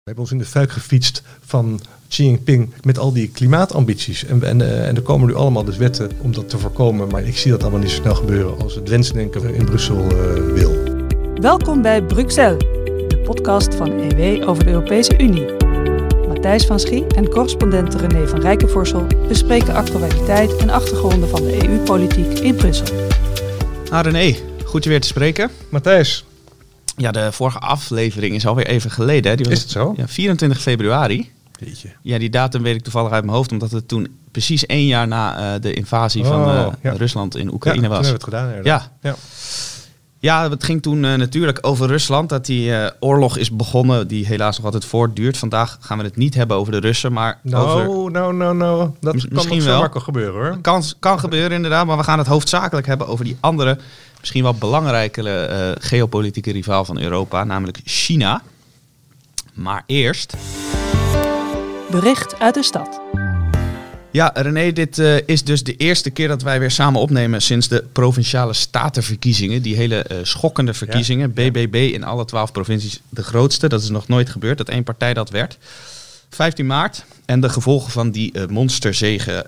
We hebben ons in de fuik gefietst van Xi Jinping met al die klimaatambities. En er komen nu allemaal dus wetten om dat te voorkomen. Maar ik zie dat allemaal niet zo snel gebeuren als het wensdenken in Brussel wil. Welkom bij Bruxelles, de podcast van EW over de Europese Unie. Matthijs van Schie en correspondent René van Rijkenvorsel bespreken actualiteit en achtergronden van de EU-politiek in Brussel. René, goed je weer te spreken. Matthijs. Ja, de vorige aflevering is alweer even geleden. Hè? Die was is het zo? Ja, 24 februari. Jeetje. Ja, die datum weet ik toevallig uit mijn hoofd, omdat het toen precies 1 jaar na de invasie van Rusland in Oekraïne was. Toen hebben we het gedaan. Inderdaad. Ja, het ging toen natuurlijk over Rusland, dat die oorlog is begonnen, die helaas nog altijd voortduurt. Vandaag gaan we het niet hebben over de Russen, maar over... Dat kan nog zo makkelijk gebeuren, hoor. Kan gebeuren, inderdaad, maar we gaan het hoofdzakelijk hebben over die andere, misschien wel belangrijkere geopolitieke rivaal van Europa, namelijk China. Maar eerst... Bericht uit de stad. Ja, René, dit is dus de eerste keer dat wij weer samen opnemen sinds de Provinciale Statenverkiezingen. Die hele schokkende verkiezingen. Ja. BBB in alle 12 provincies de grootste. Dat is nog nooit gebeurd, dat één partij dat werd. 15 maart. En de gevolgen van die monsterzege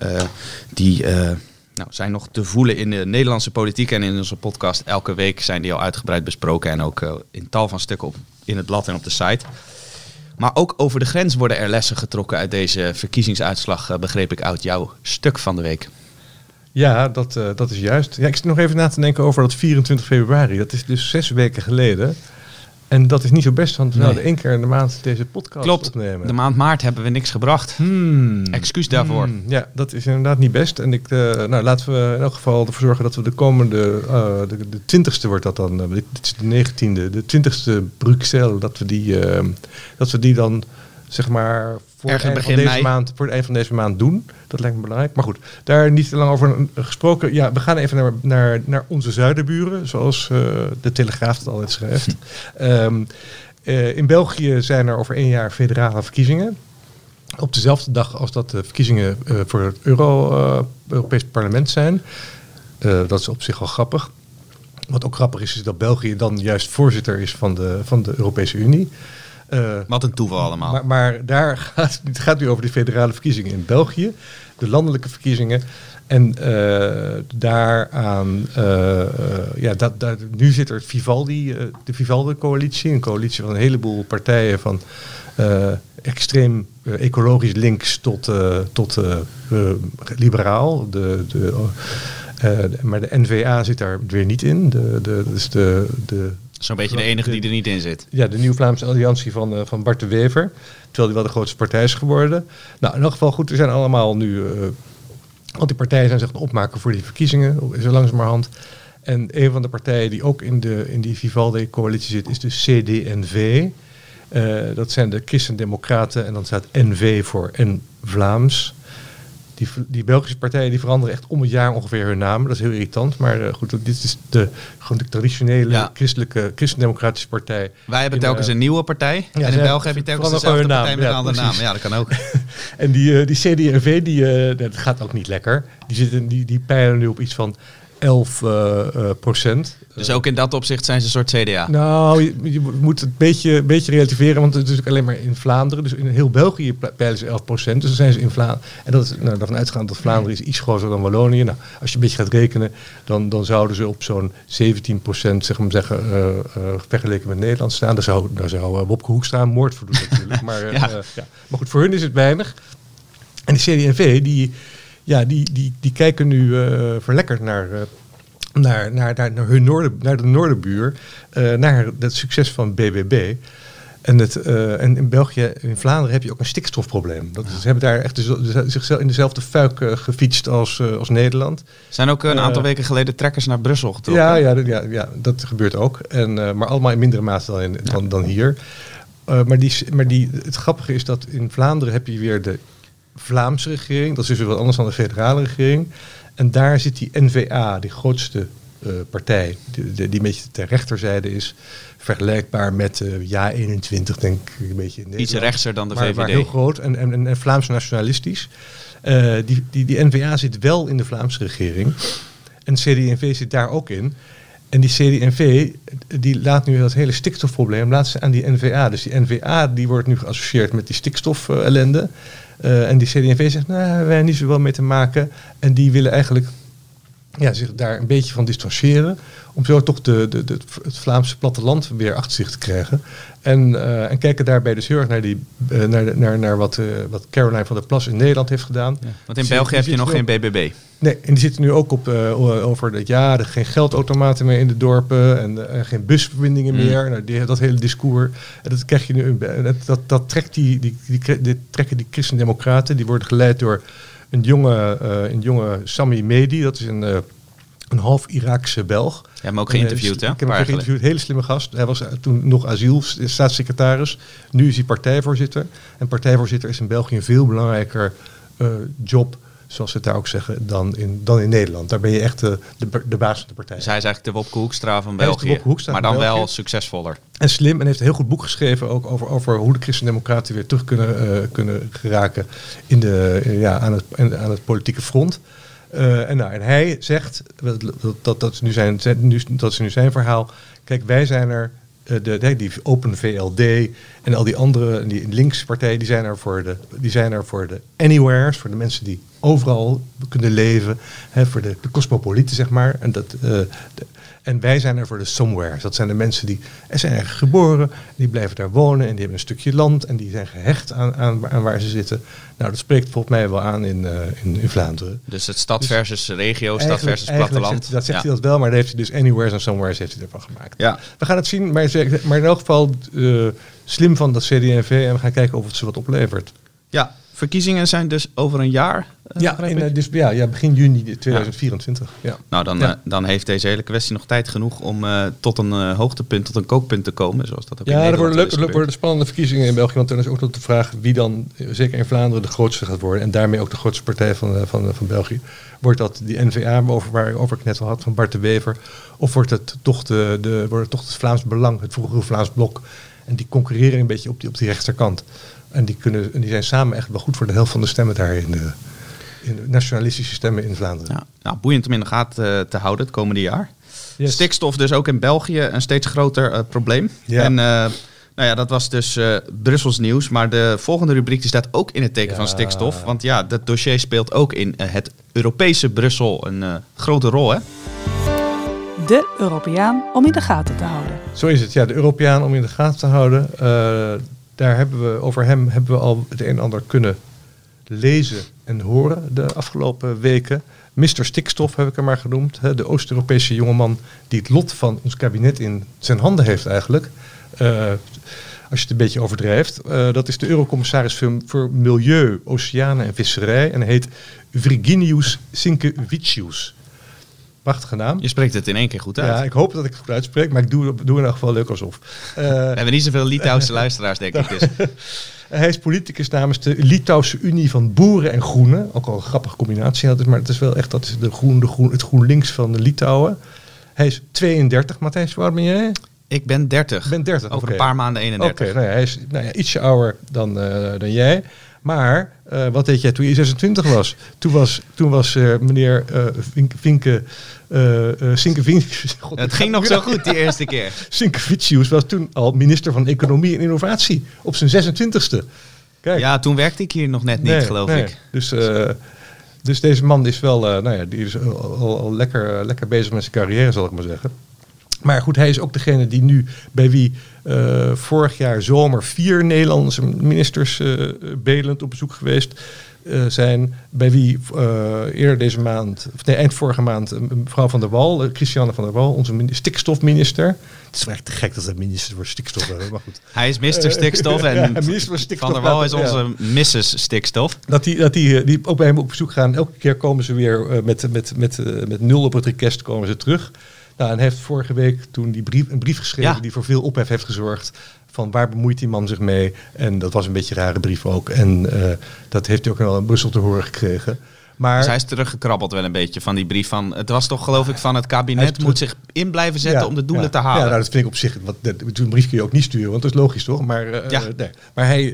zijn nog te voelen in de Nederlandse politiek. En in onze podcast elke week zijn die al uitgebreid besproken. En ook in tal van stukken in het blad en op de site. Maar ook over de grens worden er lessen getrokken uit deze verkiezingsuitslag, begreep ik uit jouw stuk van de week. Ja, dat is juist. Ja, ik zit nog even na te denken over dat 24 februari. Dat is dus 6 weken geleden. En dat is niet zo best, want we zouden 1 keer in de maand deze podcast opnemen. De maand maart hebben we niks gebracht. Excuus daarvoor. Ja, dat is inderdaad niet best. En laten we in elk geval ervoor zorgen dat we de komende, de 20ste wordt dat dan, dit is de 19e, de 20ste Bruxelles, dat we die dan, zeg maar, voor het eind van deze maand doen. Dat lijkt me belangrijk. Maar goed, daar niet te lang over gesproken. Ja, we gaan even naar onze zuidenburen, zoals de Telegraaf het altijd schrijft. In België zijn er over 1 jaar federale verkiezingen. Op dezelfde dag als dat de verkiezingen voor het Europees Parlement zijn. Dat is op zich wel grappig. Wat ook grappig is dat België dan juist voorzitter is van de Europese Unie. Wat een toeval allemaal. Maar het gaat nu over de federale verkiezingen in België. De landelijke verkiezingen. En nu zit er de Vivaldi-coalitie. Een coalitie van een heleboel partijen van extreem ecologisch links tot liberaal. Maar de N-VA zit daar weer niet in. Zo'n beetje de enige die er niet in zit. Ja, de Nieuwe Vlaamse Alliantie van Bart de Wever. Terwijl die wel de grootste partij is geworden. Nou, in elk geval goed, er zijn allemaal nu... al die partijen zijn zich aan het opmaken voor die verkiezingen, zo langzamerhand. En een van de partijen die ook in die Vivaldi-coalitie zit, is de CD&V. Dat zijn de Christen-Democraten en dan staat NV voor N-Vlaams. Die Belgische partijen die veranderen echt om het jaar ongeveer hun naam. Dat is heel irritant, maar goed, dit is gewoon de traditionele christendemocratische partij. Wij hebben telkens een nieuwe partij. Ja, en in België heb je telkens dezelfde partij met een andere naam. Ja, dat kan ook. En die CD&V, dat gaat ook niet lekker. Die peilen nu op iets van 11%. Dus ook in dat opzicht zijn ze een soort CDA? Nou, je moet het een beetje relativeren, want het is natuurlijk alleen maar in Vlaanderen. Dus in heel België peilen ze 11%. Dus dan zijn ze in Vlaanderen. En dat is daarvan uitgaand dat Vlaanderen is iets groter dan Wallonië. Nou, als je een beetje gaat rekenen, dan zouden ze op zo'n 17%, vergeleken met Nederland staan. Daar zou Wopke Hoekstra een moord voor doen natuurlijk. Maar, maar goed, voor hun is het weinig. En de CD&V, die kijken nu verlekkerd naar de Noorderbuur, naar het succes van BBB. En in België, in Vlaanderen heb je ook een stikstofprobleem. Ze hebben daar echt zichzelf in dezelfde fuik gefietst als Nederland. Zijn ook een aantal weken geleden trekkers naar Brussel getrokken? Ja, dat gebeurt ook. Maar allemaal in mindere mate dan hier. Het grappige is dat in Vlaanderen heb je weer de Vlaamse regering. Dat is dus weer wat anders dan de federale regering. En daar zit die N-VA, die grootste partij, die een beetje ter rechterzijde is, vergelijkbaar met JA21, denk ik, een beetje in Nederland. Iets rechtser dan de VVD. Maar heel groot en Vlaams nationalistisch. Die N-VA zit wel in de Vlaamse regering. En CD&V zit daar ook in. En die CD&V, die laat nu dat hele stikstofprobleem laat ze aan die N-VA. Dus die N-VA die wordt nu geassocieerd met die stikstof-ellende. En die CD&V zegt, nou, wij hebben niet zoveel mee te maken. En die willen eigenlijk zich daar een beetje van distancieren. Om zo toch het Vlaamse platteland weer achter zich te krijgen. En kijken daarbij dus heel erg naar wat Caroline van der Plas in Nederland heeft gedaan. Ja, want in België heb je nog geen BBB. Nee, en die zitten nu ook op over er geen geldautomaten meer in de dorpen en geen busverbindingen meer. Nou, dat hele discours. En dat krijg je nu. Dat trekken die christendemocraten. Die worden geleid door een jonge Sami Mehdi. Dat is een half Iraakse Belg. Je hebt hem ook geïnterviewd, hè? Ik heb hem geïnterviewd, hele slimme gast. Hij was toen nog asielstaatssecretaris. Nu is hij partijvoorzitter. En partijvoorzitter is in België een veel belangrijker job, zoals ze het daar ook zeggen, dan in Nederland. Daar ben je echt de baas van de partij. Dus hij is eigenlijk de Wopke Hoekstra van België, maar dan wel succesvolle. En slim, en heeft een heel goed boek geschreven ook over hoe de christendemocraten weer terug kunnen geraken aan het politieke front. En hij zegt, dat is nu zijn verhaal. Kijk, wij zijn er, die Open VLD en al die andere, die linkse partijen, die zijn er voor de anywheres, voor de mensen die overal kunnen leven, voor de cosmopolieten, zeg maar. En wij zijn er voor de somewheres. Dat zijn de mensen die zijn ergens geboren, die blijven daar wonen en die hebben een stukje land en die zijn gehecht aan waar ze zitten. Nou, dat spreekt volgens mij wel aan in Vlaanderen. Dus het stad versus regio, stad versus platteland. Zegt hij dat wel, maar daar heeft hij dus anywheres en somewheres heeft hij ervan gemaakt. Ja. We gaan het zien, maar in elk geval slim van dat CD&V en we gaan kijken of het ze wat oplevert. Ja, verkiezingen zijn dus over een jaar. Begin juni 2024. Ja. Nou, dan heeft deze hele kwestie nog tijd genoeg om tot een hoogtepunt, tot een kookpunt te komen. Zoals dat ook in Nederland er worden spannende verkiezingen in België. Want dan is ook nog de vraag wie dan, zeker in Vlaanderen, de grootste gaat worden. En daarmee ook de grootste partij van België. Wordt dat die N-VA, waarover ik net al had, van Bart de Wever? Of wordt het toch het Vlaams Belang, het vroegere Vlaams Blok? En die concurreren een beetje op die rechterkant. En die zijn samen echt wel goed voor de helft van de stemmen daar in de nationalistische stemmen in Vlaanderen. Ja, nou, boeiend om in de gaten te houden het komende jaar. Yes. Stikstof dus ook in België een steeds groter probleem. Ja. En dat was dus Brussels nieuws. Maar de volgende rubriek die staat ook in het teken van stikstof. Want dat dossier speelt ook in het Europese Brussel een grote rol, hè? De Europeaan om in de gaten te houden. Zo is het, de Europeaan om in de gaten te houden. Over hem hebben we al het een en ander kunnen lezen en horen de afgelopen weken. Mr. Stikstof heb ik hem maar genoemd. De Oost-Europese jongeman die het lot van ons kabinet in zijn handen heeft eigenlijk. Als je het een beetje overdrijft. Dat is de Eurocommissaris voor Milieu, Oceanen en Visserij. En hij heet Virginijus Sinkevicius. Prachtige naam. Je spreekt het in één keer goed uit. Ja, ik hoop dat ik het goed uitspreek, maar ik doe in elk geval leuk alsof. We hebben niet zoveel Litouwse luisteraars, denk ik. Dus. Hij is politicus namens de Litouwse Unie van Boeren en Groenen. Ook al een grappige combinatie, maar het is wel echt het GroenLinks van de Litouwen. Hij is 32, Matthijs, waar ben jij? Ik ben 30. Over een paar maanden 31. Oké, hij is ietsje ouder dan jij. Maar wat deed jij toen je 26 was? Toen was meneer Sinkevicius... Het ging nog zo goed die eerste keer. Sinkevicius was toen al minister van Economie en Innovatie. Op zijn 26e. Kijk. Ja, toen werkte ik hier nog net niet, geloof ik. Dus deze man is wel... die is al lekker bezig met zijn carrière, zal ik maar zeggen. Maar goed, hij is ook degene die nu, bij wie vorig jaar zomer 4 Nederlandse ministers belend op bezoek geweest zijn. Bij wie eerder deze maand, eind vorige maand, mevrouw Van der Wal, Christiane Van der Wal, onze stikstofminister. Het is wel echt te gek dat hij minister voor stikstof is, maar goed. Hij is Mr. Stikstof en Van der Wal is onze Mrs. Stikstof. Dat die ook bij hem op bezoek gaan. Elke keer komen ze weer met 0 op het request komen ze terug. Nou, en hij heeft vorige week toen een brief geschreven die voor veel ophef heeft gezorgd. Van waar bemoeit die man zich mee? En dat was een beetje een rare brief ook. En dat heeft hij ook wel in Brussel te horen gekregen. Maar dus hij is teruggekrabbeld wel een beetje van die brief van... Het was toch geloof ik van het kabinet moet zich in blijven zetten om de doelen te halen. Ja, dat vind ik op zich... Een brief kun je ook niet sturen, want dat is logisch toch? Maar, nee. Maar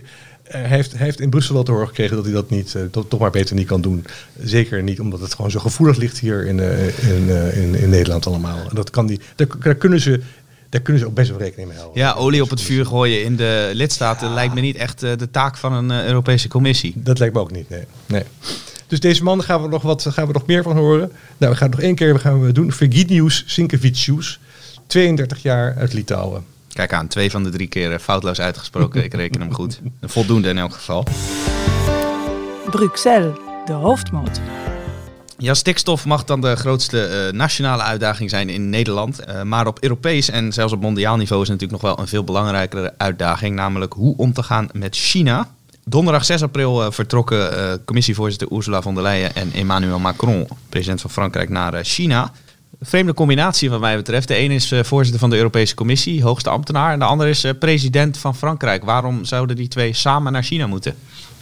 Hij heeft in Brussel wel te horen gekregen dat hij dat niet, toch maar beter niet kan doen. Zeker niet omdat het gewoon zo gevoelig ligt hier in Nederland allemaal. En dat kan die, daar kunnen ze ook best wel rekening mee houden. Ja, olie op het vuur gooien in de lidstaten lijkt me niet echt de taak van een Europese Commissie. Dat lijkt me ook niet, nee. Dus deze man gaan we nog meer van horen. Nou, we gaan nog één keer doen. Virginijus Sinkevicius, 32 jaar uit Litouwen. Kijk aan, 2 van de 3 keer foutloos uitgesproken. Ik reken hem goed. Voldoende in elk geval. Bruxelles, de hoofdmoot. Ja, stikstof mag dan de grootste nationale uitdaging zijn in Nederland. Maar op Europees en zelfs op mondiaal niveau is natuurlijk nog wel een veel belangrijkere uitdaging. Namelijk hoe om te gaan met China. Donderdag 6 april vertrokken commissievoorzitter Ursula von der Leyen en Emmanuel Macron, president van Frankrijk, naar China. Een vreemde combinatie wat mij betreft. De ene is voorzitter van de Europese Commissie, hoogste ambtenaar. En de andere is president van Frankrijk. Waarom zouden die twee samen naar China moeten?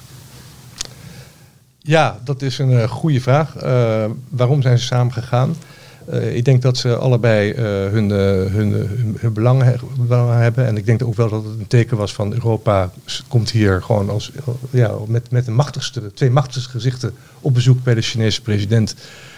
Ja, dat is een goede vraag. Waarom zijn ze samen gegaan? Ik denk dat ze allebei hun belangen hebben. En ik denk ook wel dat het een teken was van Europa komt hier gewoon als, met de twee machtigste gezichten op bezoek bij de Chinese president.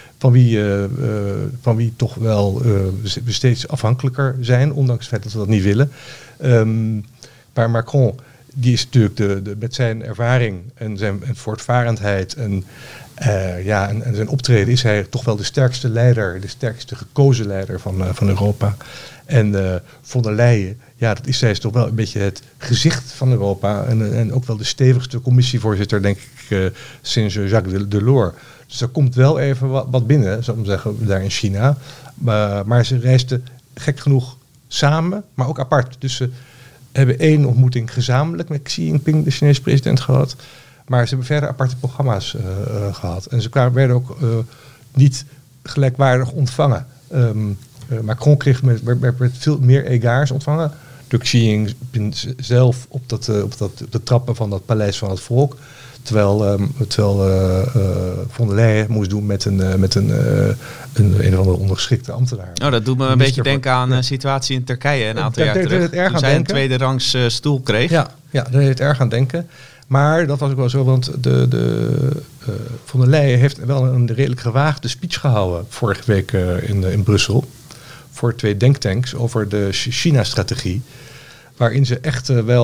Van wie toch wel we steeds afhankelijker zijn, ondanks het feit dat we dat niet willen. Maar Macron, die is natuurlijk met zijn ervaring en zijn voortvarendheid en zijn optreden is hij toch wel de sterkste leider, de sterkste gekozen leider van Europa. En von der Leyen, zij is toch wel een beetje het gezicht van Europa en ook wel de stevigste commissievoorzitter, denk ik, sinds Jacques Delors. Dus er komt wel even wat binnen, zou ik maar zeggen, daar in China. Maar ze reisden gek genoeg samen, maar ook apart. Dus ze hebben 1 ontmoeting gezamenlijk met Xi Jinping, de Chinese president, gehad. Maar ze hebben verder aparte programma's gehad. En ze werden ook niet gelijkwaardig ontvangen. Macron kreeg met veel meer égards ontvangen. Door Xi Jinping zelf op de trappen van dat paleis van het volk. Terwijl von der Leyen moest doen met een of andere ondergeschikte ambtenaar. Oh, dat doet me een beetje denken aan de situatie in Turkije een aantal jaar terug. Toen zij een tweede rangs stoel kreeg. Ja, daar deed het erg aan denken. Maar dat was ook wel zo, want von der Leyen heeft wel een redelijk gewaagde speech gehouden vorige week in Brussel. Voor 2 denktanks over de China-strategie. Waarin ze echt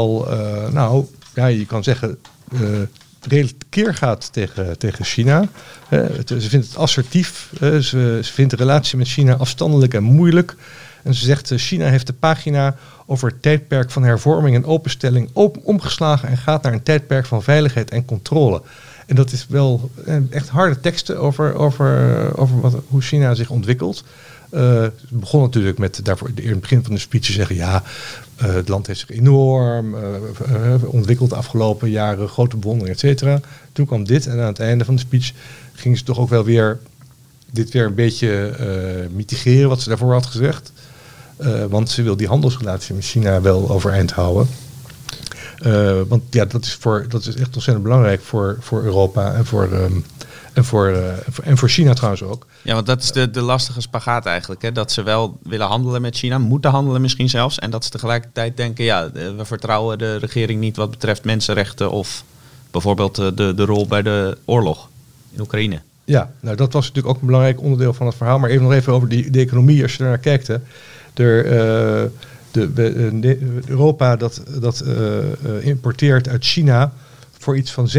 je kan zeggen, redelijk tekeer gaat tegen China. Ze vindt het assertief. Ze vindt de relatie met China afstandelijk en moeilijk. En ze zegt, China heeft de pagina over het tijdperk van hervorming en openstelling omgeslagen en gaat naar een tijdperk van veiligheid en controle. En dat is wel echt harde teksten over hoe China zich ontwikkelt. Het begon natuurlijk met daarvoor in het begin van de speech te zeggen, het land heeft zich enorm ontwikkeld de afgelopen jaren, grote bewondering, et cetera. Toen kwam dit en aan het einde van de speech ging ze toch ook wel weer een beetje mitigeren wat ze daarvoor had gezegd. Want ze wil die handelsrelatie met China wel overeind houden. Want dat is echt ontzettend belangrijk voor Europa en voor China trouwens ook. Ja, want dat is de lastige spagaat eigenlijk. Hè? Dat ze wel willen handelen met China, moeten handelen misschien zelfs. En dat ze tegelijkertijd denken, we vertrouwen de regering niet wat betreft mensenrechten of bijvoorbeeld de rol bij de oorlog in Oekraïne. Ja, nou dat was natuurlijk ook een belangrijk onderdeel van het verhaal. Maar nog even over de economie, als je daar naar kijkt. Hè. Europa dat importeert uit China voor iets van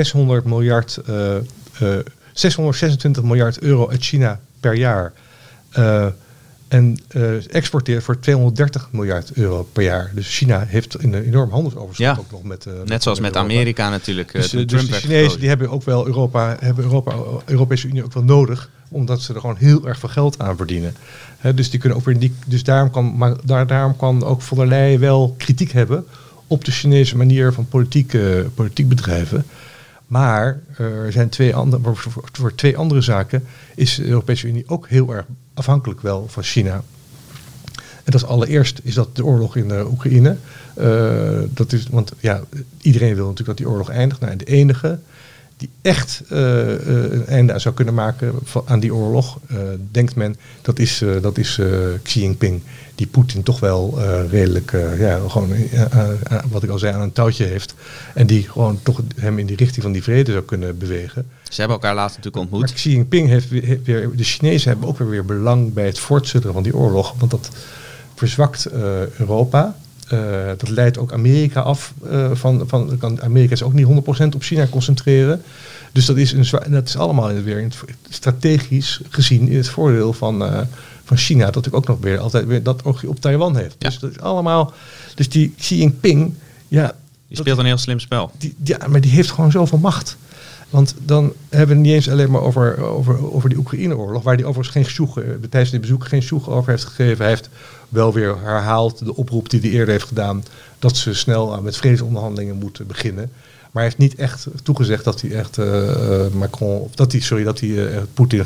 626 miljard euro uit China per jaar. En exporteert voor 230 miljard euro per jaar. Dus China heeft een enorm handelsoverschot ook nog met net zoals met Europa. Amerika natuurlijk. Dus de Chinezen die hebben ook wel Europese Unie ook wel nodig, omdat ze er gewoon heel erg veel geld aan verdienen. Dus die kunnen ook weer daarom kan ook von der Leyen wel kritiek hebben op de Chinese manier van politiek bedrijven. Maar er zijn voor 2 andere zaken is de Europese Unie ook heel erg afhankelijk wel van China. En dat is allereerst is dat de oorlog in de Oekraïne. Want iedereen wil natuurlijk dat die oorlog eindigt. Nou, de enige die echt een einde aan zou kunnen maken aan die oorlog, denkt men, dat is Xi Jinping, die Poetin toch wel redelijk, gewoon wat ik al zei, aan een touwtje heeft. En die gewoon toch hem in die richting van die vrede zou kunnen bewegen. Ze hebben elkaar later natuurlijk ontmoet. Maar Xi Jinping heeft weer, de Chinezen hebben ook weer belang bij het voortzetten van die oorlog. Want dat verzwakt Europa. Dat leidt ook Amerika af. Amerika is ook niet 100% op China concentreren. Dus dat is allemaal weer strategisch gezien in het voordeel van China. Dat ook nog weer altijd weer dat oogje op Taiwan heeft. Ja. Dus dat is allemaal. Dus die Xi Jinping, die speelt een heel slim spel. Maar die heeft gewoon zoveel macht. Want dan hebben we het niet eens alleen maar over die Oekraïne-oorlog, waar hij overigens geen sjoeg, tijdens dit bezoek geen sjoeg over heeft gegeven. Hij heeft wel weer herhaald de oproep die hij eerder heeft gedaan, dat ze snel met vredesonderhandelingen moeten beginnen. Maar hij heeft niet echt toegezegd dat hij echt dat hij Poetin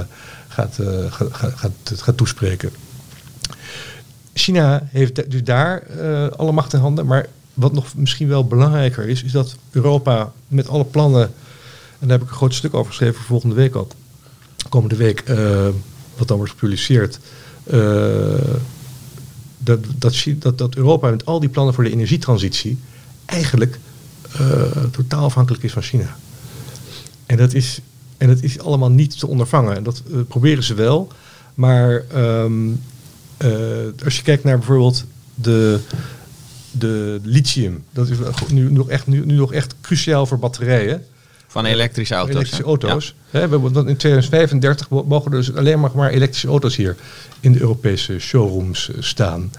gaat toespreken. China heeft dus daar alle macht in handen, maar wat nog misschien wel belangrijker is dat Europa met alle plannen, en daar heb ik een groot stuk over geschreven voor volgende week ook, komende week, wat dan wordt gepubliceerd, dat Europa met al die plannen voor de energietransitie eigenlijk totaal afhankelijk is van China. En dat is allemaal niet te ondervangen. En dat proberen ze wel. Maar als je kijkt naar bijvoorbeeld de lithium, dat is nu nog echt cruciaal voor batterijen. Van elektrische auto's. Ja. In 2035 mogen er dus alleen maar elektrische auto's hier in de Europese showrooms staan.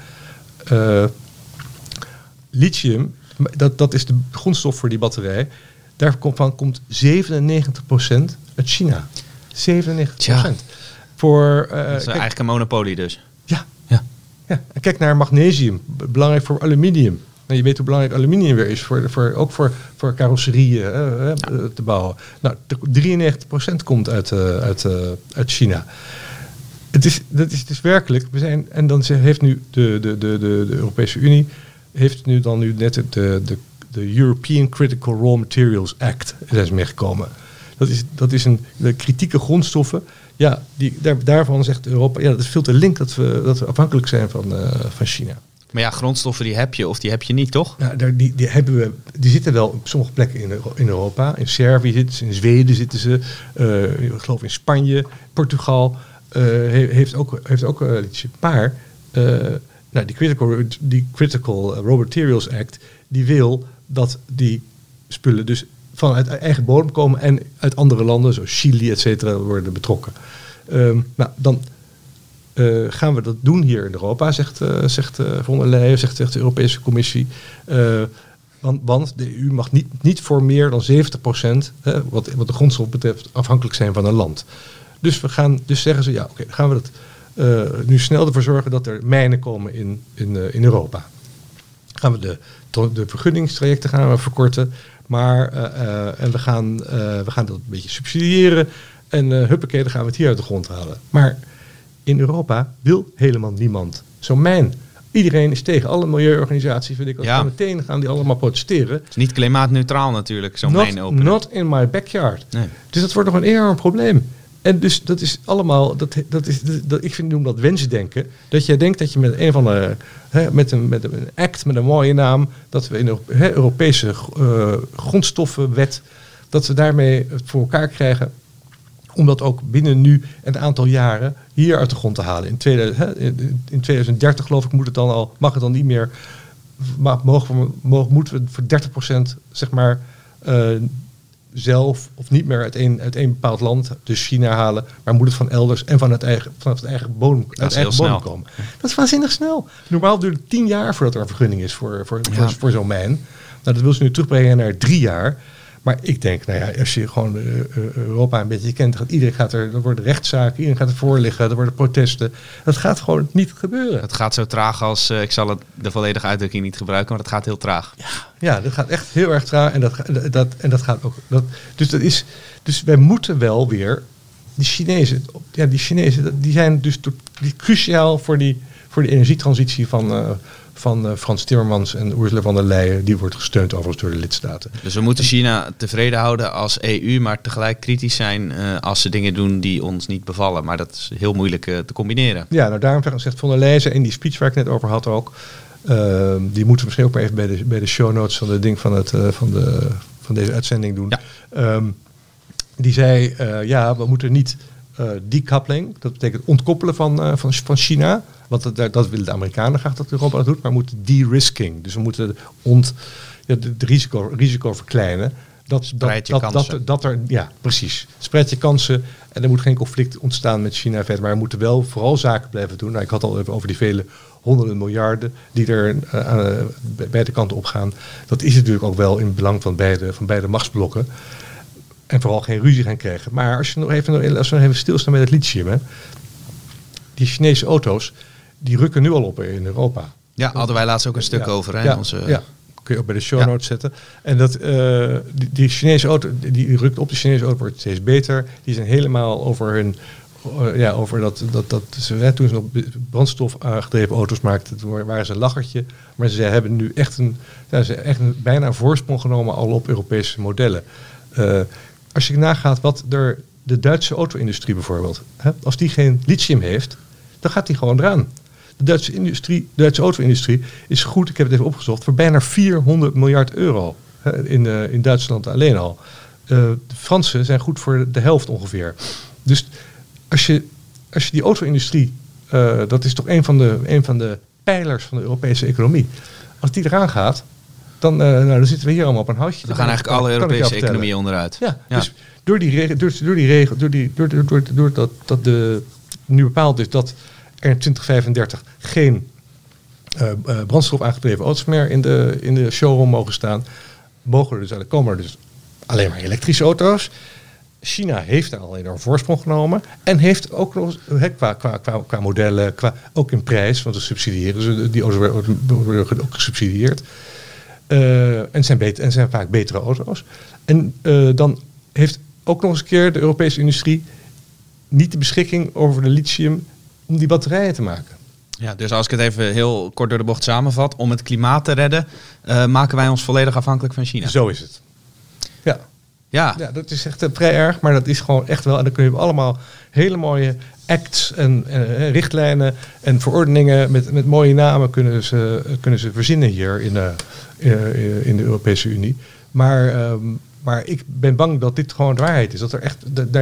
Lithium, dat is de grondstof voor die batterij. Daarvan komt 97% uit China. 97%. Tja. Dat is eigenlijk een monopolie dus. Ja. En kijk naar magnesium. Belangrijk voor aluminium. Je weet hoe belangrijk aluminium weer is. Ook voor carrosserieën te bouwen. Nou, 93% komt uit China. Dat is dus werkelijk. En dan heeft nu de Europese Unie heeft nu net de European Critical Raw Materials Act zijn ze meegekomen. Dat is de kritieke grondstoffen. Ja, daarvan zegt Europa, dat is veel te link dat we afhankelijk zijn van China. Maar ja, grondstoffen die heb je of die heb je niet, toch? Ja, die zitten wel op sommige plekken in Europa. In Servië zitten ze, in Zweden zitten ze. Ik geloof in Spanje, Portugal heeft ook lithium. Maar die Critical Raw Materials Act, die wil dat die spullen dus vanuit eigen bodem komen en uit andere landen, zoals Chili, et cetera, worden betrokken. Dan gaan we dat doen hier in Europa, zegt von der Leyen, zegt de Europese Commissie. Want de EU mag niet voor meer dan 70%, wat de grondstof betreft, afhankelijk zijn van een land. Dus zeggen ze, dan gaan we dat nu snel ervoor zorgen dat er mijnen komen in Europa. Gaan we de vergunningstrajecten gaan we verkorten. Maar we gaan dat een beetje subsidiëren. En huppakee, dan gaan we het hier uit de grond halen. Maar in Europa wil helemaal niemand zo'n mijn. Iedereen is tegen. Alle milieuorganisaties, vind ik, meteen gaan die allemaal protesteren. Het is niet klimaatneutraal natuurlijk, zo'n mijn openen. Not in my backyard. Nee. Dus dat wordt nog een enorm probleem. En dus dat is allemaal, ik noem dat wensdenken. Dat jij denkt dat je met een van de, met een act, met een mooie naam, dat we in de Europese grondstoffenwet, dat we daarmee het voor elkaar krijgen om dat ook binnen nu een aantal jaren hier uit de grond te halen. In 2030 geloof ik mag het dan niet meer, moeten we voor 30% zeg maar zelf of niet meer uit een bepaald land, dus China halen, maar moet het van elders en van het eigen bodem komen. Dat is waanzinnig snel. Normaal duurt het 10 jaar voordat er een vergunning is voor zo'n mijn. Nou, dat wil ze nu terugbrengen naar 3 jaar. Maar ik denk, als je gewoon Europa een beetje kent, er worden rechtszaken, iedereen gaat ervoor liggen, er worden protesten. Dat gaat gewoon niet gebeuren. Het gaat zo traag als, ik zal de volledige uitdrukking niet gebruiken, maar het gaat heel traag. Ja, dat gaat echt heel erg traag en dat gaat ook. Dus wij moeten wel weer, die Chinezen, die zijn dus cruciaal voor de energietransitie van Frans Timmermans en Ursula von der Leyen, die wordt gesteund overigens door de lidstaten. Dus we moeten China tevreden houden als EU, maar tegelijk kritisch zijn als ze dingen doen die ons niet bevallen. Maar dat is heel moeilijk te combineren. Ja, nou daarom zegt von der Leyen in die speech waar ik net over had ook, die moeten we misschien ook maar even bij de show notes van de ding van deze uitzending doen. Ja. Die zei, we moeten niet decoupling, dat betekent ontkoppelen van China. Want dat willen de Amerikanen graag dat Europa dat doet, maar we moeten de-risking. Dus we moeten het risico verkleinen. Precies. Spreid je kansen en er moet geen conflict ontstaan met China verder. Maar we moeten wel vooral zaken blijven doen. Nou, ik had al even over die vele honderden miljarden die er aan beide kanten op gaan. Dat is natuurlijk ook wel in het belang van beide machtsblokken. En vooral geen ruzie gaan krijgen. Maar als we nog even stilstaan bij het lithium. Hè, die Chinese auto's, die rukken nu al op in Europa. Ja, hadden wij laatst ook een stuk over. Hè, kun je ook bij de show notes zetten. En dat die Chinese auto, die rukt op, de Chinese auto wordt steeds beter. Die zijn helemaal over hun... toen ze nog brandstof aangedreven auto's maakten, toen waren ze een lachertje. Maar ze hebben nu echt bijna een voorsprong genomen al op Europese modellen. Als je nagaat wat de Duitse auto-industrie bijvoorbeeld, als die geen lithium heeft, dan gaat die gewoon eraan. De Duitse auto-industrie is goed, ik heb het even opgezocht, voor bijna 400 miljard euro in Duitsland alleen al. De Fransen zijn goed voor de helft ongeveer. Dus als je die auto-industrie, dat is toch een van de pijlers van de Europese economie. Als die eraan gaat, dan zitten we hier allemaal op een houtje. Dan gaan eigenlijk alle Europese economieën onderuit. Ja, dus doordat nu bepaald is dat er in 2035 geen brandstof aangedreven auto's meer in de showroom mogen staan, komen er dus alleen maar elektrische auto's. China heeft daar al een enorm voorsprong genomen en heeft ook nog qua modellen, ook in prijs, want ze subsidiëren ze, die auto's worden ook gesubsidieerd. En zijn vaak betere auto's. En dan heeft ook nog eens een keer de Europese industrie niet de beschikking over de lithium om die batterijen te maken. Ja, dus als ik het even heel kort door de bocht samenvat, om het klimaat te redden, maken wij ons volledig afhankelijk van China. Zo is het. Ja. Ja, dat is echt vrij erg, maar dat is gewoon echt wel. En dan kun je allemaal hele mooie acts en richtlijnen en verordeningen met mooie namen kunnen ze verzinnen hier in de Europese Unie. Maar ik ben bang dat dit gewoon de waarheid is. Dat er echt,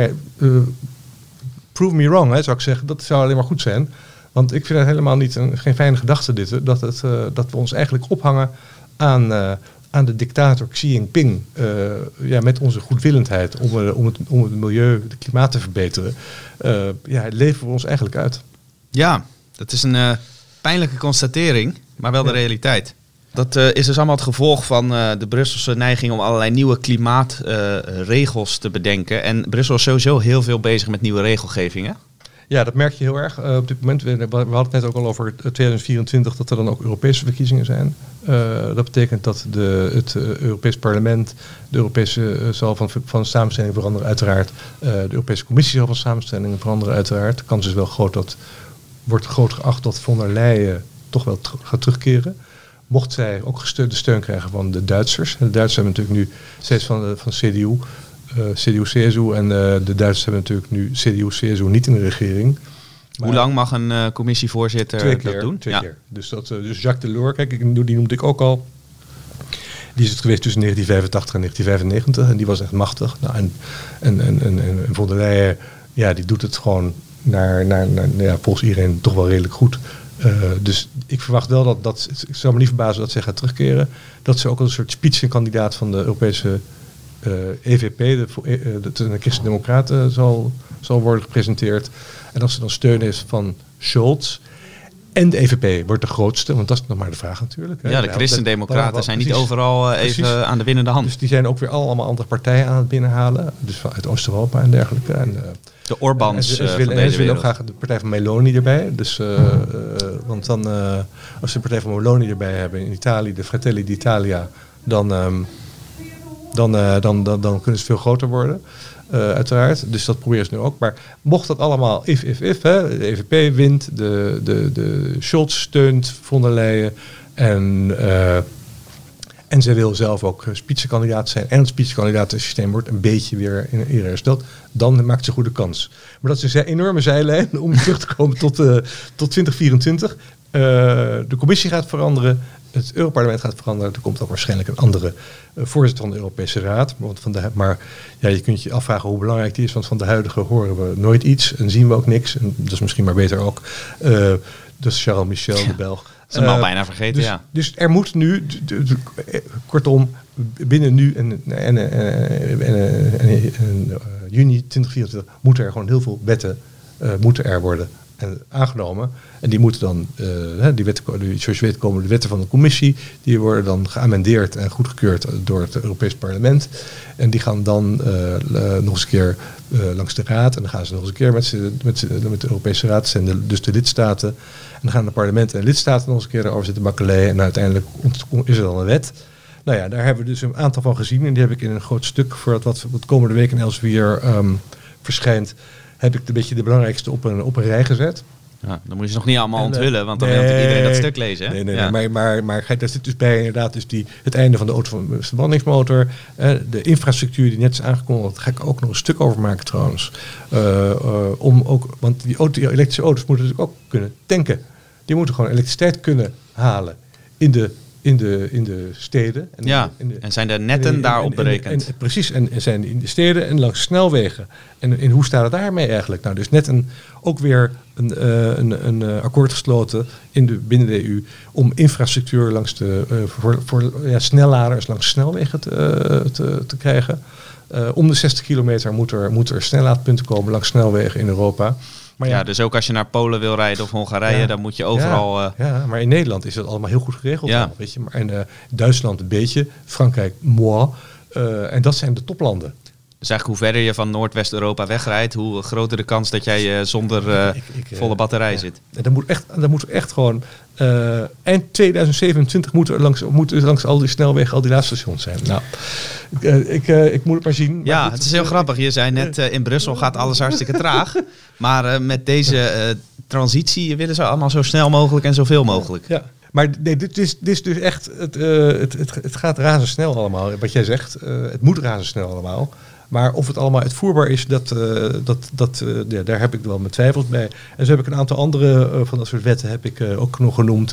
prove me wrong, zou ik zeggen. Dat zou alleen maar goed zijn. Want ik vind het helemaal geen fijne gedachte dit. Dat we ons eigenlijk ophangen aan de dictator Xi Jinping. Met onze goedwillendheid om het milieu, het klimaat te verbeteren. Leveren we ons eigenlijk uit. Ja, dat is een pijnlijke constatering, maar wel de realiteit. Dat is dus allemaal het gevolg van de Brusselse neiging om allerlei nieuwe klimaatregels te bedenken. En Brussel is sowieso heel veel bezig met nieuwe regelgevingen. Ja, dat merk je heel erg. Op dit moment, we hadden het net ook al over 2024, dat er dan ook Europese verkiezingen zijn. Dat betekent dat het Europees Parlement, de Europese zal van samenstelling veranderen uiteraard. De Europese Commissie zal van samenstellingen veranderen uiteraard. De kans is wel groot wordt groot geacht dat von der Leyen toch wel gaat terugkeren. Mocht zij ook de steun krijgen van de Duitsers. De Duitsers hebben natuurlijk nu steeds van CDU, CDU-CSU en de Duitsers hebben natuurlijk nu CDU-CSU niet in de regering. Hoe lang mag een commissievoorzitter dat doen? Twee keer. Dus Jacques Delors, kijk, die noemde ik ook al. Die is het geweest tussen 1985 en 1995 en die was echt machtig. Nou, en von der Leyen, die doet het gewoon volgens iedereen toch wel redelijk goed. Dus ik verwacht wel dat ik zou me niet verbazen dat zij gaat terugkeren. Dat ze ook als een soort spitsenkandidaat van de Europese EVP, de Christen-Democraten, zal worden gepresenteerd. En als ze dan steun heeft van Scholz en de EVP wordt de grootste, want dat is nog maar de vraag natuurlijk. Ja, de Christen-Democraten zijn niet overal even aan de winnende hand. Dus die zijn ook weer allemaal andere partijen aan het binnenhalen. Dus uit Oost-Europa en dergelijke. De Orbáns ze willen ook graag de partij van Meloni erbij. Dus, want dan, als ze de partij van Meloni erbij hebben in Italië, de Fratelli d'Italia, dan kunnen ze veel groter worden. uiteraard. Dus dat proberen ze nu ook. Maar mocht dat allemaal if, hè, de EVP wint, de Scholz steunt von der Leyen en zij wil zelf ook spitsenkandidaat zijn. En het spitsenkandidatensysteem wordt een beetje weer in ere hersteld. Dan maakt ze goede kans. Maar dat is een enorme zijlijn om terug te komen tot 2024. De commissie gaat veranderen. Het Europarlement gaat veranderen. Er komt ook waarschijnlijk een andere voorzitter van de Europese Raad. Maar je kunt je afvragen hoe belangrijk die is. Want van de huidige horen we nooit iets. En zien we ook niks. En dat is misschien maar beter ook. Dat is Charles Michel, de Belg. Dat is hem al bijna vergeten, Dus er moet nu, kortom, binnen nu en juni 2024 moeten er gewoon heel veel wetten moeten er worden aangenomen. En die moeten dan, die wetten, zoals je weet komen de wetten van de commissie, die worden dan geamendeerd en goedgekeurd door het Europees Parlement. En die gaan dan nog eens een keer langs de Raad. En dan gaan ze nog eens een keer met de Europese Raad, zijn dus de lidstaten. En dan gaan de parlementen en de lidstaten nog eens een keer erover zitten bakkeleien. En uiteindelijk is er dan een wet. Nou ja, daar hebben we dus een aantal van gezien. En die heb ik in een groot stuk voor wat komende week in Elsevier verschijnt, heb ik een beetje de belangrijkste op een rij gezet. Ja, dan moet je ze nog niet allemaal onthullen, want dan wil iedereen dat stuk lezen. Hè? Nee, maar daar zit dus bij inderdaad dus het einde van de verbrandingsmotor. De infrastructuur die net is aangekondigd, daar ga ik ook nog een stuk over maken trouwens. Want die elektrische auto's moeten natuurlijk ook kunnen tanken. Die moeten gewoon elektriciteit kunnen halen in de steden. En zijn de netten daarop berekend? Precies, en zijn in de steden en langs snelwegen. En hoe staat het daarmee eigenlijk? Nou, dus net ook weer een akkoord gesloten binnen de EU om infrastructuur langs voor snelladers langs snelwegen te krijgen. Om de 60 kilometer moet er snellaadpunten komen langs snelwegen in Europa. Maar dus ook als je naar Polen wil rijden of Hongarije, dan moet je overal... maar in Nederland is dat allemaal heel goed geregeld. Ja. Weet je? Maar in Duitsland een beetje, Frankrijk, moi. En dat zijn de toplanden. Dus eigenlijk hoe verder je van Noordwest-Europa wegrijdt, hoe groter de kans dat jij zonder volle batterij zit. En dan moet echt gewoon... eind 2027 moeten langs al die snelwegen al die laadstations zijn. Nou, ik moet het maar zien. Ja, het is heel grappig. Je zei net, in Brussel gaat alles hartstikke traag. Maar met deze transitie willen ze allemaal zo snel mogelijk en zoveel mogelijk. Ja. Maar nee, dit is dus echt... Het gaat razendsnel allemaal, wat jij zegt. Het moet razendsnel allemaal. Maar of het allemaal uitvoerbaar is, daar heb ik wel mijn twijfels bij. En zo heb ik een aantal andere van dat soort wetten heb ik ook nog genoemd.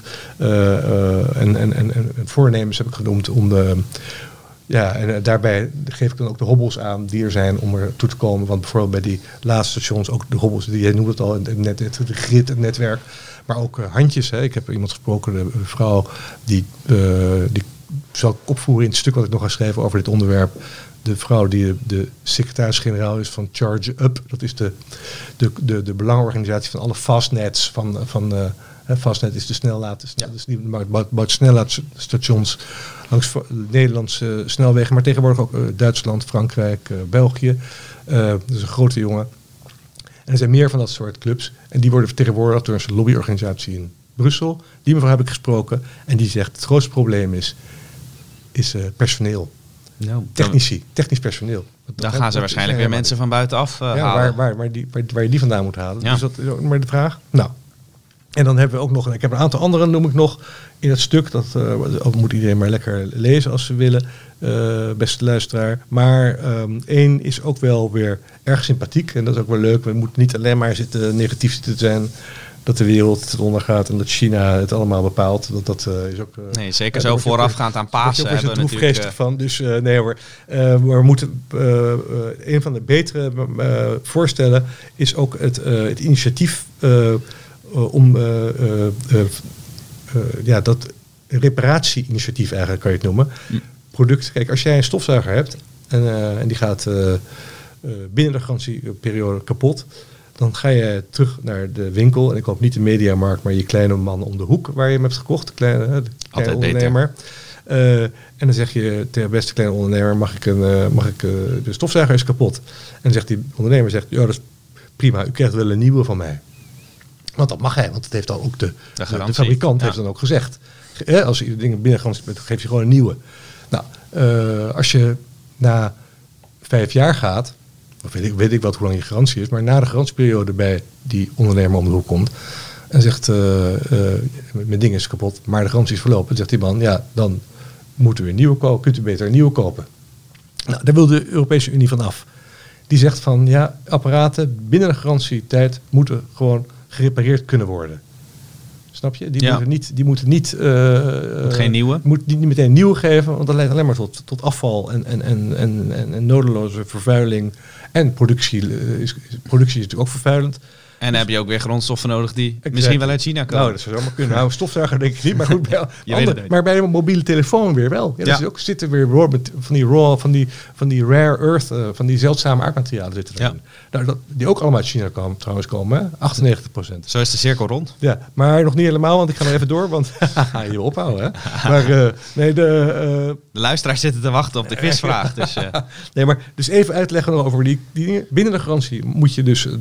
En voornemens heb ik genoemd om en daarbij geef ik dan ook de hobbels aan die er zijn om er toe te komen. Want bijvoorbeeld bij die laatste stations ook de hobbels, jij noemt het al, de grid, het netwerk. Maar ook handjes. Hè. Ik heb iemand gesproken, een vrouw, die zal ik opvoeren in het stuk wat ik nog ga schrijven over dit onderwerp. De vrouw die de secretaris-generaal is van Charge Up. Dat is de belangenorganisatie van alle fastnets. Fastnet is de bouwt snellaadstations langs Nederlandse snelwegen. Maar tegenwoordig ook Duitsland, Frankrijk, België. Dat is een grote jongen. En er zijn meer van dat soort clubs. En die worden vertegenwoordigd door een lobbyorganisatie in Brussel. Die mevrouw heb ik gesproken. En die zegt het grootste probleem is personeel. Technisch personeel. Dan gaan ze waarschijnlijk weer mensen van buitenaf halen. Waar je die vandaan moet halen. Ja. Dus dat is ook maar de vraag. Nou, en dan hebben we ook nog... Ik heb een aantal andere, noem ik nog, in het stuk. Dat moet iedereen maar lekker lezen als ze willen. Beste luisteraar. Maar één is ook wel weer erg sympathiek. En dat is ook wel leuk. We moeten niet alleen maar negatief zitten zijn... dat de wereld het ondergaat en dat China het allemaal bepaalt. Dat is ook... nee, zeker zo voorafgaand aan Pasen hebben we natuurlijk... van. Dus nee hoor. Maar we moeten... een van de betere voorstellen is ook het initiatief... om dat reparatie-initiatief eigenlijk kan je het noemen. Product. Kijk, als jij een stofzuiger hebt en die gaat binnen de garantieperiode kapot... dan ga je terug naar de winkel. En ik hoop niet de Mediamarkt, maar je kleine man om de hoek waar je hem hebt gekocht. De kleine ondernemer. En dan zeg je tegen beste kleine ondernemer, de stofzuiger is kapot. En dan zegt die ondernemer, ja, dat is prima, u krijgt wel een nieuwe van mij. Want dat mag hij, want het heeft dan ook de fabrikant heeft dan ook gezegd. Als je dingen binnen geef je gewoon een nieuwe. Nou, als je na 5 jaar gaat... of weet ik wat hoe lang je garantie is, maar na de garantieperiode bij die ondernemer om de hoek komt en zegt, mijn ding is kapot, maar de garantie is verlopen, zegt die man, ja, dan moeten we een nieuwe kopen, kunt u beter een nieuwe kopen. Nou, daar wil de Europese Unie van af. Die zegt van, ja, apparaten binnen de garantietijd moeten gewoon gerepareerd kunnen worden. Snap je? Die moeten niet geen nieuwe? Moet niet meteen nieuwe geven, want dat leidt alleen maar tot afval en nodeloze vervuiling. En productie is natuurlijk ook vervuilend. En dan heb je ook weer grondstoffen nodig die misschien wel uit China komen. Nou, dat zou zomaar kunnen. Nou, stofzuiger denk ik niet, maar goed. Maar bij een mobiele telefoon weer wel. Ja, dus ook zitten weer van die rare earth, van die zeldzame aardmaterialen zitten erin. Nou, die ook allemaal uit China komen, hè? 98%. Zo is de cirkel rond. Ja, maar nog niet helemaal, want ik ga er even door, want je wil ophouden, hè? Maar de luisteraars zitten te wachten op de quizvraag. Dus, nee, maar dus even uitleggen over die dingen. Binnen de garantie moet je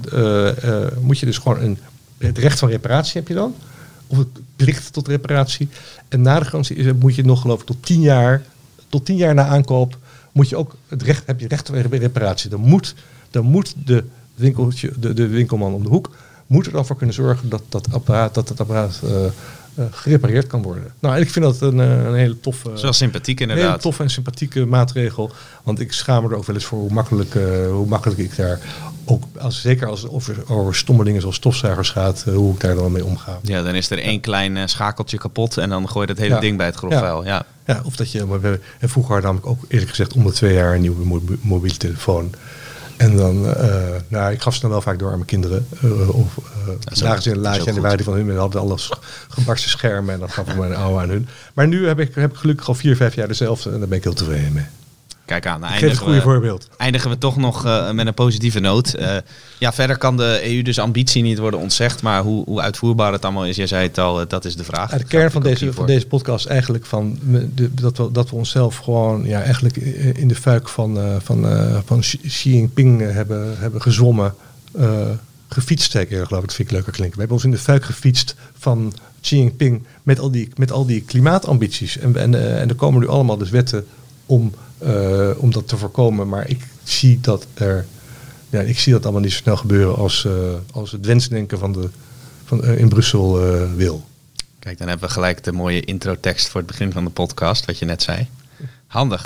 dus gewoon het recht van reparatie heb je dan. Of het plicht tot reparatie. En na de garantie moet je nog geloof ik tot 10 jaar na aankoop moet je ook heb je recht op reparatie. Dan moet de winkelman om de hoek moet er dan voor kunnen zorgen dat het apparaat gerepareerd kan worden. Nou, ik vind dat een hele toffe... Dat is wel sympathiek inderdaad. Een hele toffe en sympathieke maatregel. Want ik schaam me er ook wel eens voor hoe makkelijk ik daar... Ook zeker als het over stomme dingen zoals stofzuigers gaat, hoe ik daar dan mee omga. Ja, dan is er één klein schakeltje kapot en dan gooi je het hele ding bij het grofvuil. Ja, of dat je... En vroeger had namelijk ook eerlijk gezegd om de 2 jaar een nieuwe mobiele telefoon. En dan, ik gaf ze dan wel vaak door aan mijn kinderen. Lagen ze in een laadje en waren die van hun. En hadden alles gebarsten schermen en dat gaf ik mijn oude aan hun. Maar nu heb ik gelukkig al 4-5 jaar dezelfde en daar ben ik heel tevreden mee. Kijk aan, geef het goede voorbeeld. Eindigen we toch nog met een positieve noot. Verder kan de EU dus ambitie niet worden ontzegd, maar hoe uitvoerbaar het allemaal is, jij zei het al, dat is de vraag. De kern van deze podcast eigenlijk dat we onszelf gewoon eigenlijk in de fuik van Xi Jinping hebben gezwommen, gefietst, geloof ik, dat vind ik leuker klinken. We hebben ons in de fuik gefietst van Xi Jinping met al die klimaatambities. En er komen nu allemaal dus wetten om dat te voorkomen. Maar ik zie dat allemaal niet zo snel gebeuren als het wensdenken in Brussel wil. Kijk, dan hebben we gelijk de mooie introtekst voor het begin van de podcast, wat je net zei. Handig.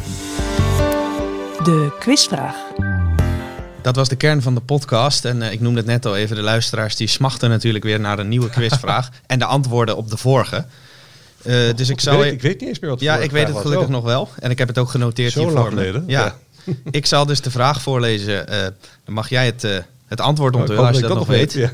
De quizvraag. Dat was de kern van de podcast. En ik noemde het net al even, de luisteraars die smachten natuurlijk weer naar een nieuwe quizvraag. En de antwoorden op de vorige. Dus ik weet niet eens meer wat het ik weet het gelukkig nog wel. En ik heb het ook genoteerd hier voor me. Ja. Ik zal dus de vraag voorlezen. Dan mag jij het antwoord onthullen als je dat nog weet. Ja.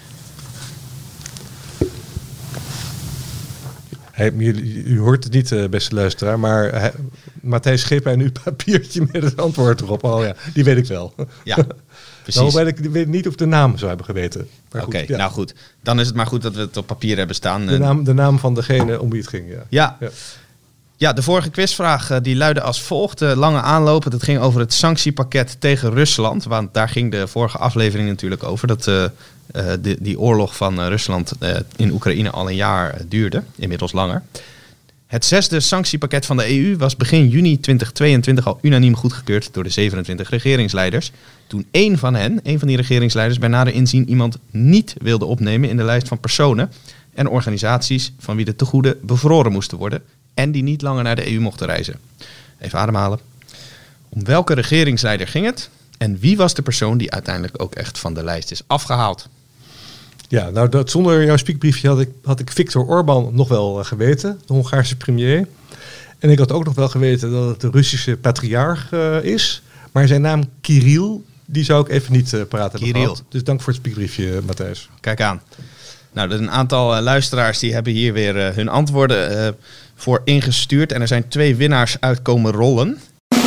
U hoort het niet, beste luisteraar, maar Matthijs greep mij nu een papiertje met het antwoord erop. Oh ja, die weet ik wel. Ja, precies. Nou, ik weet niet of de naam zou hebben geweten. Oké, nou goed. Dan is het maar goed dat we het op papier hebben staan. De naam van degene om wie het ging, Ja, de vorige quizvraag die luidde als volgt. Lange aanloop. Het ging over het sanctiepakket tegen Rusland. Want daar ging de vorige aflevering natuurlijk over. Dat die oorlog van Rusland in Oekraïne al een jaar duurde. Inmiddels langer. Het 6e sanctiepakket van de EU was begin juni 2022 al unaniem goedgekeurd door de 27 regeringsleiders. Toen één van die regeringsleiders bij nader inzien iemand niet wilde opnemen in de lijst van personen en organisaties van wie de tegoeden bevroren moesten worden en die niet langer naar de EU mochten reizen. Even ademhalen. Om welke regeringsleider ging het? En wie was de persoon die uiteindelijk ook echt van de lijst is afgehaald? Ja, nou zonder jouw speakbriefje had ik Viktor Orbán nog wel geweten, de Hongaarse premier. En ik had ook nog wel geweten dat het de Russische patriarch is. Maar zijn naam Kirill, die zou ik even niet paraat hebben gehad. Dus dank voor het speakbriefje, Matthijs. Kijk aan. Nou, een aantal luisteraars die hebben hier weer hun antwoorden voor ingestuurd. En er zijn 2 winnaars uitkomen rollen.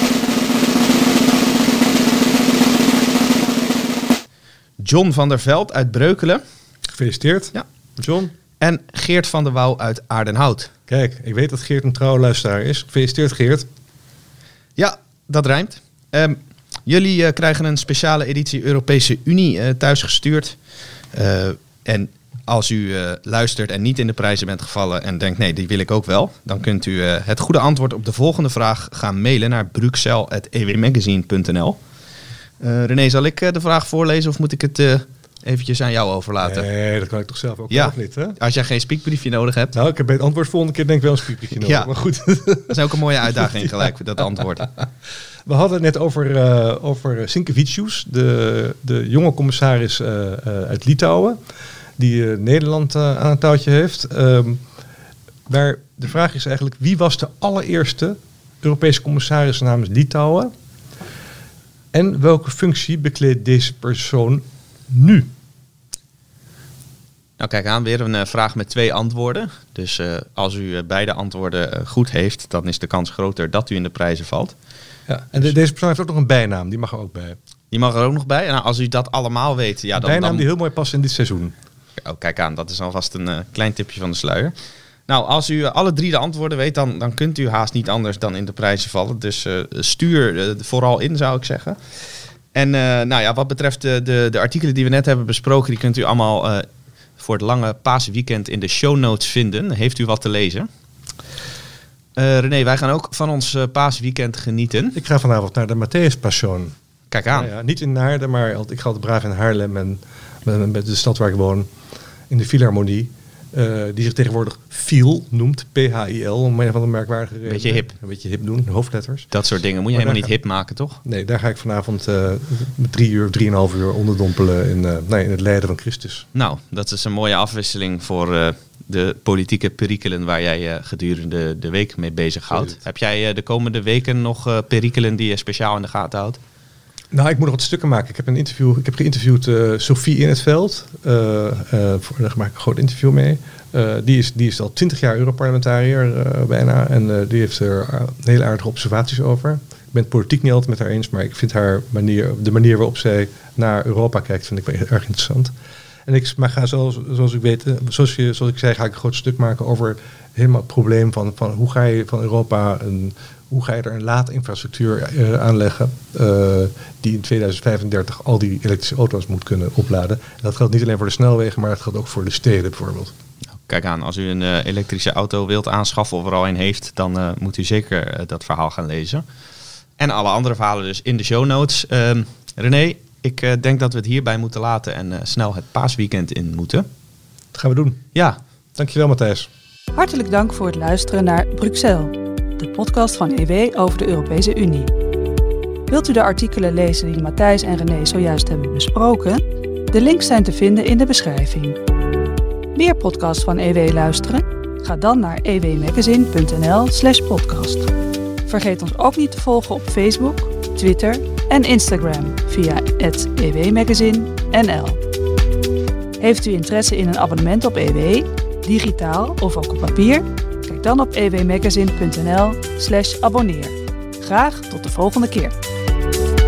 John van der Veld uit Breukelen. Gefeliciteerd, ja. John. En Geert van der Wouw uit Aardenhout. Kijk, ik weet dat Geert een trouwe luisteraar is. Gefeliciteerd, Geert. Ja, dat rijmt. Jullie krijgen een speciale editie Europese Unie thuisgestuurd. En als u luistert en niet in de prijzen bent gevallen en denkt nee, die wil ik ook wel, dan kunt u het goede antwoord op de volgende vraag gaan mailen naar bruxelles@ewmagazine.nl. René, zal ik de vraag voorlezen of moet ik het eventjes aan jou overlaten? Nee, dat kan ik toch zelf ook Ja. nog niet, hè? Als jij geen speakbriefje nodig hebt. Nou, ik heb bij het antwoord volgende keer denk ik wel een speakbriefje nodig. Ja. Maar goed. Dat is ook een mooie uitdaging gelijk, dat antwoord. We hadden het net over Sinkevicius, de jonge commissaris uit Litouwen, die Nederland aan het touwtje heeft. Maar de vraag is eigenlijk, wie was de allereerste Europese commissaris namens Litouwen? En welke functie bekleedt deze persoon nu? Nou, kijk aan, weer een vraag met 2 antwoorden. Dus als u beide antwoorden goed heeft, dan is de kans groter dat u in de prijzen valt. Ja, en deze persoon heeft ook nog een bijnaam, die mag er ook bij. Die mag er ook nog bij. Nou, als u dat allemaal weet, ja, Een dan... bijnaam die heel mooi past in dit seizoen. Oh, kijk aan, dat is alvast een klein tipje van de sluier. Nou, als u alle 3 de antwoorden weet, dan kunt u haast niet anders dan in de prijzen vallen. Dus stuur vooral in, zou ik zeggen. En nou ja, wat betreft de artikelen die we net hebben besproken, die kunt u allemaal voor het lange paasweekend in de show notes vinden. Heeft u wat te lezen? René, wij gaan ook van ons paasweekend genieten. Ik ga vanavond naar de Matthäus Passion. Kijk aan. Ja, niet in Naarden, maar ik ga altijd braaf in Haarlem en met de stad waar ik woon, in de Philharmonie. Die zich tegenwoordig Phil noemt, P-H-I-L, om een van de merkwaardige redenen. Beetje hip. Een beetje hip doen, hoofdletters. Dat soort dingen moet je Maar helemaal niet daar hip maken, toch? Nee, daar ga ik vanavond 3 uur, 3,5 uur onderdompelen in het lijden van Christus. Nou, dat is een mooie afwisseling voor de politieke perikelen waar jij gedurende de week mee bezighoudt. Heb jij de komende weken nog perikelen die je speciaal in de gaten houdt? Nou, ik moet nog wat stukken maken. Ik heb geïnterviewd Sophie in het veld. Daar maak ik een groot interview mee. Die is al 20 jaar Europarlementariër bijna. En die heeft er hele aardige observaties over. Ik ben het politiek niet altijd met haar eens, maar ik vind de manier waarop zij naar Europa kijkt, vind ik wel erg interessant. En ik ga zoals ik weet, zoals ik zei, ga ik een groot stuk maken over helemaal het probleem van hoe ga je van Europa hoe ga je er een laadinfrastructuur aanleggen die in 2035 al die elektrische auto's moet kunnen opladen. En dat geldt niet alleen voor de snelwegen, maar dat geldt ook voor de steden bijvoorbeeld. Kijk aan, als u een elektrische auto wilt aanschaffen of er al een heeft, dan moet u zeker dat verhaal gaan lezen. En alle andere verhalen dus in de show notes. René, ik denk dat we het hierbij moeten laten en snel het paasweekend in moeten. Dat gaan we doen. Ja. Dankjewel, Matthijs. Hartelijk dank voor het luisteren naar Bruxelles, de podcast van EW over de Europese Unie. Wilt u de artikelen lezen die Matthijs en René zojuist hebben besproken? De links zijn te vinden in de beschrijving. Meer podcasts van EW luisteren? Ga dan naar ewmagazine.nl/podcast. Vergeet ons ook niet te volgen op Facebook, Twitter en Instagram via @ewmagazine.nl. Heeft u interesse in een abonnement op EW, digitaal of ook op papier? Kijk dan op ewmagazine.nl/abonneer. Graag tot de volgende keer.